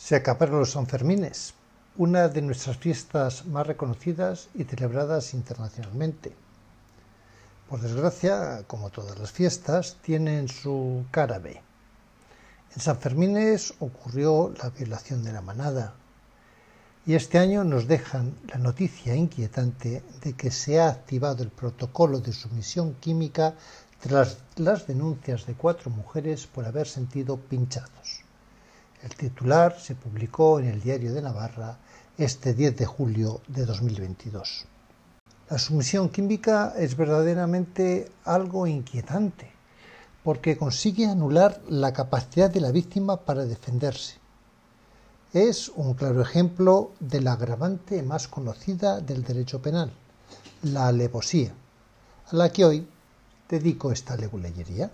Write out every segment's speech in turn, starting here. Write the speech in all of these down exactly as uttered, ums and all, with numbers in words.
Se acabaron los Sanfermines, una de nuestras fiestas más reconocidas y celebradas internacionalmente. Por desgracia, como todas las fiestas, tienen su cara B. En Sanfermines ocurrió la violación de la manada, y este año nos dejan la noticia inquietante de que se ha activado el protocolo de sumisión química tras las denuncias de cuatro mujeres por haber sentido pinchazos. El titular se publicó en el Diario de Navarra este diez de julio de dos mil veintidós. La sumisión química es verdaderamente algo inquietante, porque consigue anular la capacidad de la víctima para defenderse. Es un claro ejemplo de la agravante más conocida del derecho penal, la alevosía, a la que hoy dedico esta leguleyería.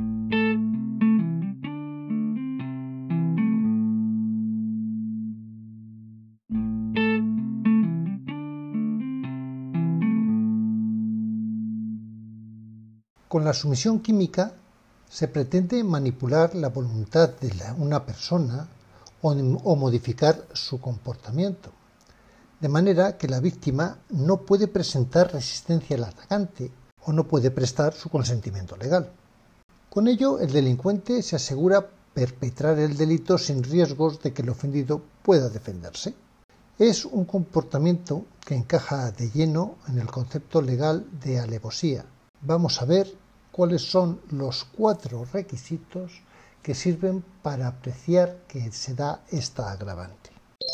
Con la sumisión química se pretende manipular la voluntad de la, una persona o, o modificar su comportamiento, de manera que la víctima no puede presentar resistencia al atacante o no puede prestar su consentimiento legal. Con ello, el delincuente se asegura perpetrar el delito sin riesgos de que el ofendido pueda defenderse. Es un comportamiento que encaja de lleno en el concepto legal de alevosía. Vamos a ver cuáles son los cuatro requisitos que sirven para apreciar que se da esta agravante.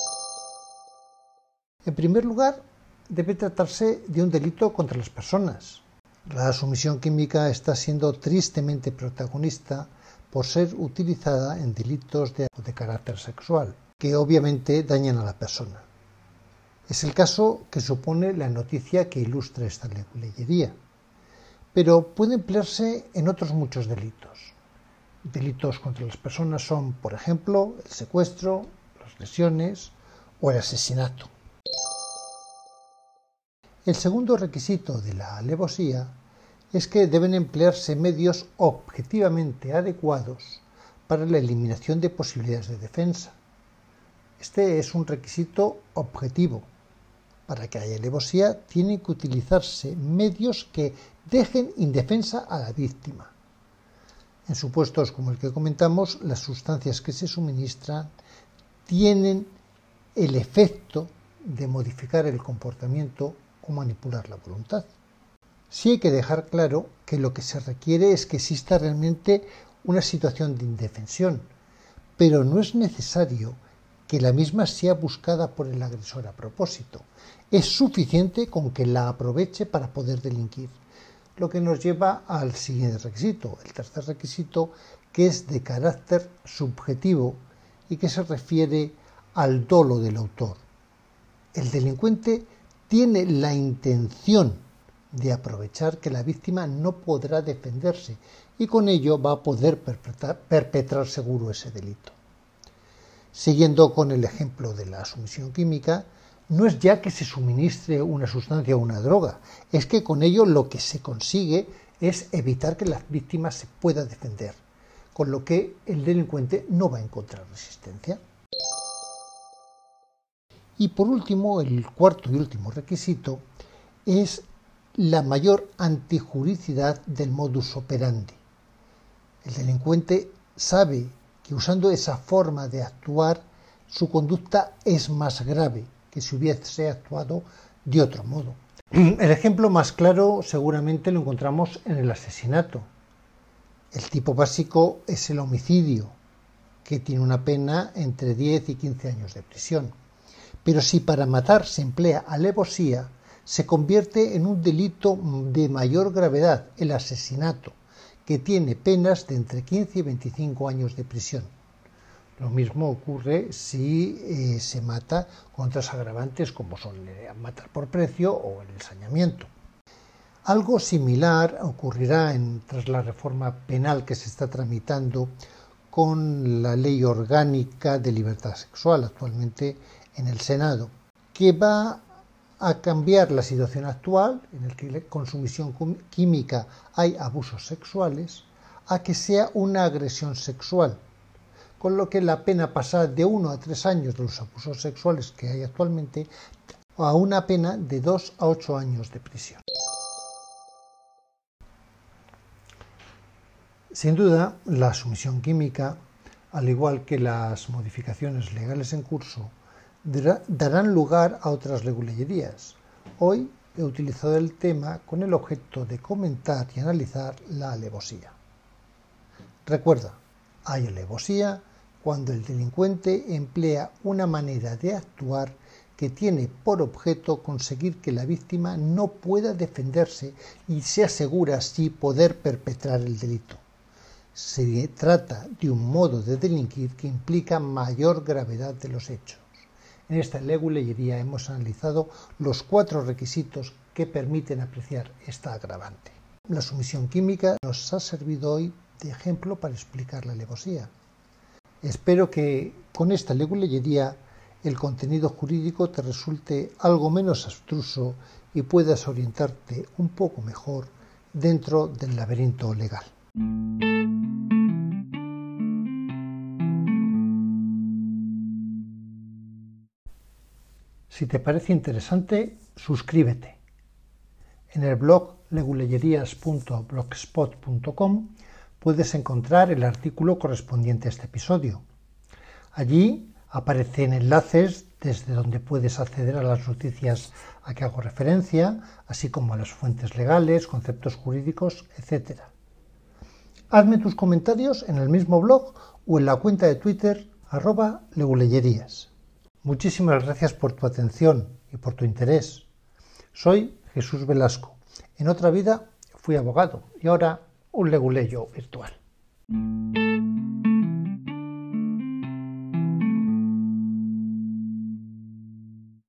En primer lugar, debe tratarse de un delito contra las personas. La sumisión química está siendo tristemente protagonista por ser utilizada en delitos de, de carácter sexual, que obviamente dañan a la persona. Es el caso que supone la noticia que ilustra esta leguleyería. Pero puede emplearse en otros muchos delitos. Delitos contra las personas son, por ejemplo, el secuestro, las lesiones o el asesinato. El segundo requisito de la alevosía es que deben emplearse medios objetivamente adecuados para la eliminación de posibilidades de defensa. Este es un requisito objetivo. Para que haya alevosía, tienen que utilizarse medios que dejen indefensa a la víctima. En supuestos como el que comentamos, las sustancias que se suministran tienen el efecto de modificar el comportamiento o manipular la voluntad. Sí hay que dejar claro que lo que se requiere es que exista realmente una situación de indefensión, pero no es necesario que la misma sea buscada por el agresor a propósito. Es suficiente con que la aproveche para poder delinquir, lo que nos lleva al siguiente requisito, el tercer requisito, que es de carácter subjetivo y que se refiere al dolo del autor. El delincuente tiene la intención de aprovechar que la víctima no podrá defenderse y con ello va a poder perpetrar, perpetrar seguro ese delito. Siguiendo con el ejemplo de la sumisión química, no es ya que se suministre una sustancia o una droga, es que con ello lo que se consigue es evitar que la víctima se pueda defender, con lo que el delincuente no va a encontrar resistencia. Y por último, el cuarto y último requisito es la mayor antijuricidad del modus operandi. El delincuente sabe que usando esa forma de actuar, su conducta es más grave que si hubiese actuado de otro modo. El ejemplo más claro seguramente lo encontramos en el asesinato. El tipo básico es el homicidio, que tiene una pena entre diez y quince años de prisión. Pero si para matar se emplea alevosía, se convierte en un delito de mayor gravedad, el asesinato, que tiene penas de entre quince y veinticinco años de prisión. Lo mismo ocurre si eh, se mata con otras agravantes como son eh, matar por precio o el ensañamiento. Algo similar ocurrirá en, tras la reforma penal que se está tramitando con la Ley Orgánica de Libertad Sexual actualmente en el Senado, que va a cambiar la situación actual en la que con sumisión química hay abusos sexuales a que sea una agresión sexual, con lo que la pena pasa de uno a tres años de los abusos sexuales que hay actualmente a una pena de dos a ocho años de prisión. Sin duda, la sumisión química, al igual que las modificaciones legales en curso, darán lugar a otras leguleyerías. Hoy he utilizado el tema con el objeto de comentar y analizar la alevosía. Recuerda, hay alevosía cuando el delincuente emplea una manera de actuar que tiene por objeto conseguir que la víctima no pueda defenderse y se asegura así poder perpetrar el delito. Se trata de un modo de delinquir que implica mayor gravedad de los hechos. En esta leguleyería hemos analizado los cuatro requisitos que permiten apreciar esta agravante. La sumisión química nos ha servido hoy de ejemplo para explicar la alevosía. Espero que con esta leguleyería el contenido jurídico te resulte algo menos abstruso y puedas orientarte un poco mejor dentro del laberinto legal. Si te parece interesante, suscríbete. En el blog leguleyerías punto blogspot punto com puedes encontrar el artículo correspondiente a este episodio. Allí aparecen enlaces desde donde puedes acceder a las noticias a que hago referencia, así como a las fuentes legales, conceptos jurídicos, etcétera. Hazme tus comentarios en el mismo blog o en la cuenta de Twitter arroba leguleyerías. Muchísimas gracias por tu atención y por tu interés. Soy Jesús Velasco. En otra vida fui abogado y ahora un leguleyo virtual.